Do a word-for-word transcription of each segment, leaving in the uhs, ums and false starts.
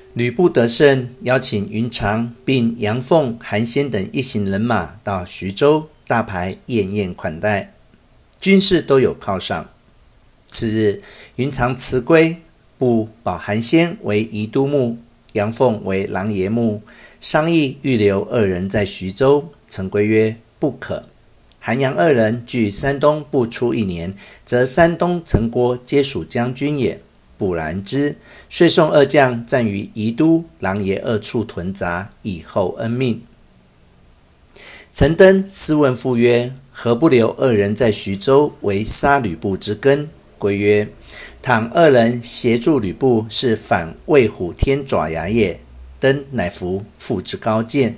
吕布得胜，邀请云长并杨凤、韩先等一行人马到徐州，大排宴宴款待，军士都有犒赏。次日，云长辞归，不保韩先为宜都牧，杨凤为琅琊牧，商议预留二人在徐州。陈规曰：不可。韩杨二人据山东不出一年，则山东陈郭皆属将军也，不然之。遂送二将暂于宜都、琅琊二处屯扎，以后恩命。陈登私问父曰：何不留二人在徐州，为杀吕布之根？规曰：倘二人协助吕布，是反魏虎添爪牙也。登乃服父之高见。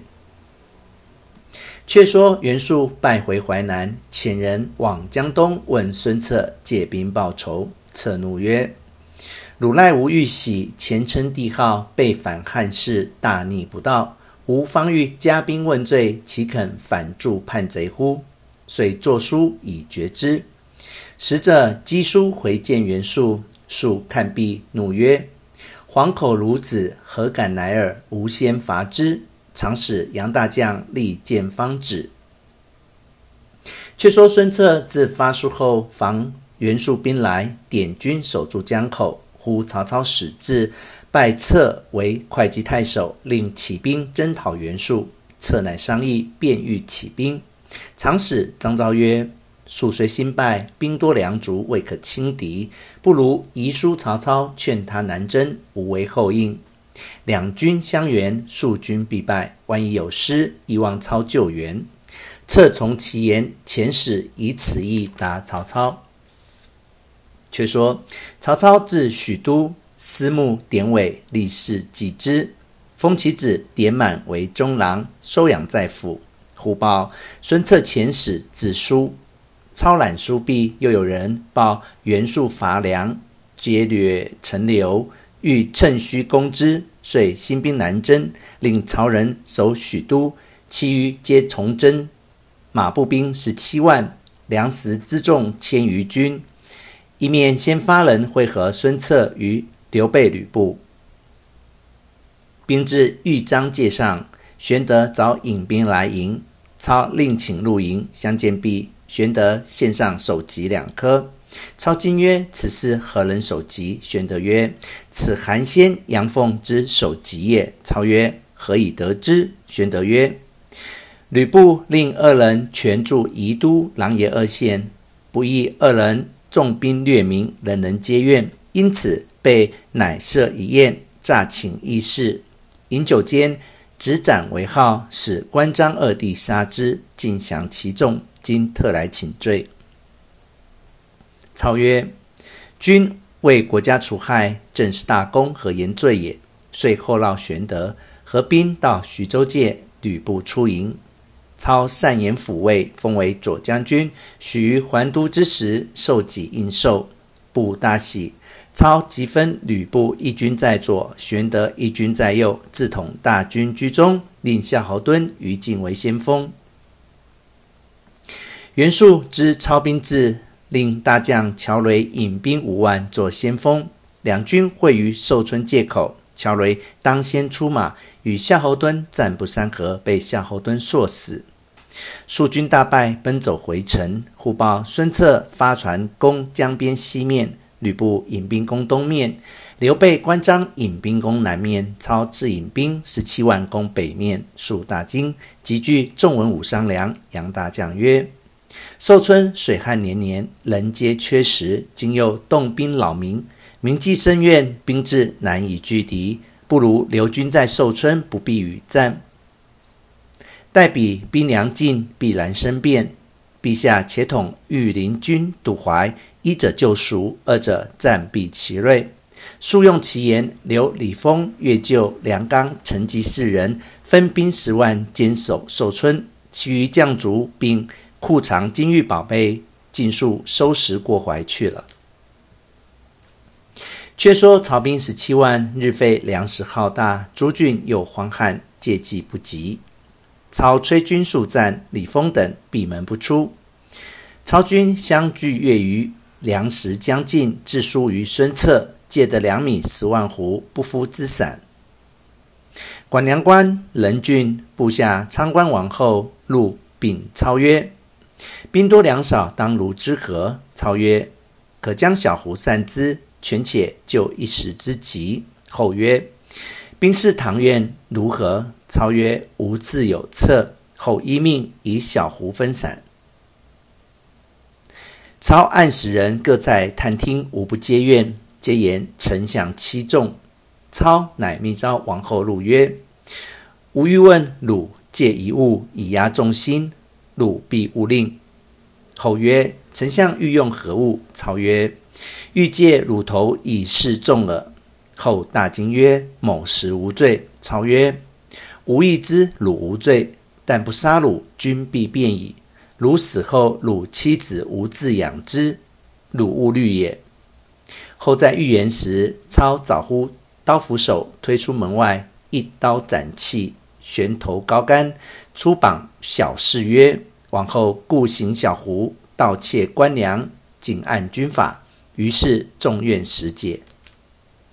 却说袁术败回淮南，遣人往江东问孙策借兵报仇。策怒曰：汝赖吾欲喜，前称帝号，背反汉室，大逆不道。吾方欲加兵问罪，岂肯反助叛贼乎？遂作书以决之。使者赍书回见袁术，术看毕，怒曰：黄口孺子，何敢来耳？吾先伐之。常使杨大将力荐方止。却说孙策自发书后，防袁术兵来，点军守住江口。呼曹操使至，拜策为会稽太守，令起兵征讨袁术。策乃商议，便欲起兵。常使张昭曰：术虽新败，兵多粮足，未可轻敌，不如遗书曹操，劝他南征，无为后应。两军相援，数军必败，万一有失，亦望操救援。策从其言，遣使以此意答曹操。却说曹操至许都，司牧典韦立誓继之，封其子典满为中郎，收养在府。忽报孙策遣使自书，操览书毕，又有人报袁术伐梁，劫掠陈留，欲趁虚攻之，遂兴兵南征，令曹人守许都，其余皆从征。马步兵十七万，粮食辎重千余军。一面先发人会合孙策于刘备吕布。兵至豫章界上，玄德早引兵来迎，操另请入营，相见毕，玄德献上首级两颗。操惊曰：此事何人首级？玄德曰：此韩先、杨凤之首级也。操曰：何以得之？玄德曰：吕布令二人全驻宜都、琅琊二县，不意二人重兵掠民，人人皆怨，因此被乃设一宴，诈请议事。饮酒间，执斩为号，使关张二弟杀之，尽降其众，今特来请罪。操曰：君为国家除害，正是大功，何言罪也？遂后绕玄德，合兵到徐州界，吕布出营。操善言抚慰，封为左将军。许于还都之时，受己应受，布大喜。操即分吕布一军在左，玄德一军在右，自统大军居中，令夏侯惇、于禁为先锋。袁术知操兵至，令大将乔雷引兵五万做先锋。两军会于寿春界口，乔雷当先出马，与夏侯惇战不三合，被夏侯惇硕死。蜀军大败，奔走回城。忽报孙策发船攻江边西面，吕布引兵攻东面，刘备、关张引兵攻南面，操自引兵十七万攻北面。蜀大惊，急聚众文武商量。杨大将曰：寿春水旱连年，人皆缺食，今又动兵扰民，民既深怨，兵至难以拒敌，不如留军在寿春，不必与战。待彼兵粮尽，必然生变。陛下且统御林军渡淮，一者救蜀，二者暂避其锐。速用其言，留李丰、岳就、梁刚、陈吉四人，分兵十万坚守寿春，其余将卒并库藏金玉宝贝，尽数收拾过淮去了。却说曹兵十七万，日费粮食浩大，诸郡又荒旱，借济不及。操催军速战，李丰等闭门不出。操军相距月余，粮食将尽，致书于孙策，借得粮米十万斛，不敷之散。 管梁官任郡部下昌官王后陆禀操曰：兵多粮少，当如之何？操曰：可将小胡散之，权且救一时之急。后曰：兵士唐愿如何？操曰：吾自有策。后依命以小胡分散。操按使人各在探听，无不皆愿，皆言丞相欺众。操乃密召王后陆曰：吾欲问汝借一物以压众心，汝必勿令。后曰：丞相欲用何物？操曰：欲借乳头以示众耳。后大惊曰：某实无罪。操曰：吾亦知汝无罪，但不杀汝，君必变矣。汝死后，汝妻子无自养之，汝勿虑也。后在预言时，操早呼刀斧手推出门外，一刀斩气，悬头高杆，出榜小事曰：王后故行小胡，盗窃官粮，谨按军法。于是众愿实解。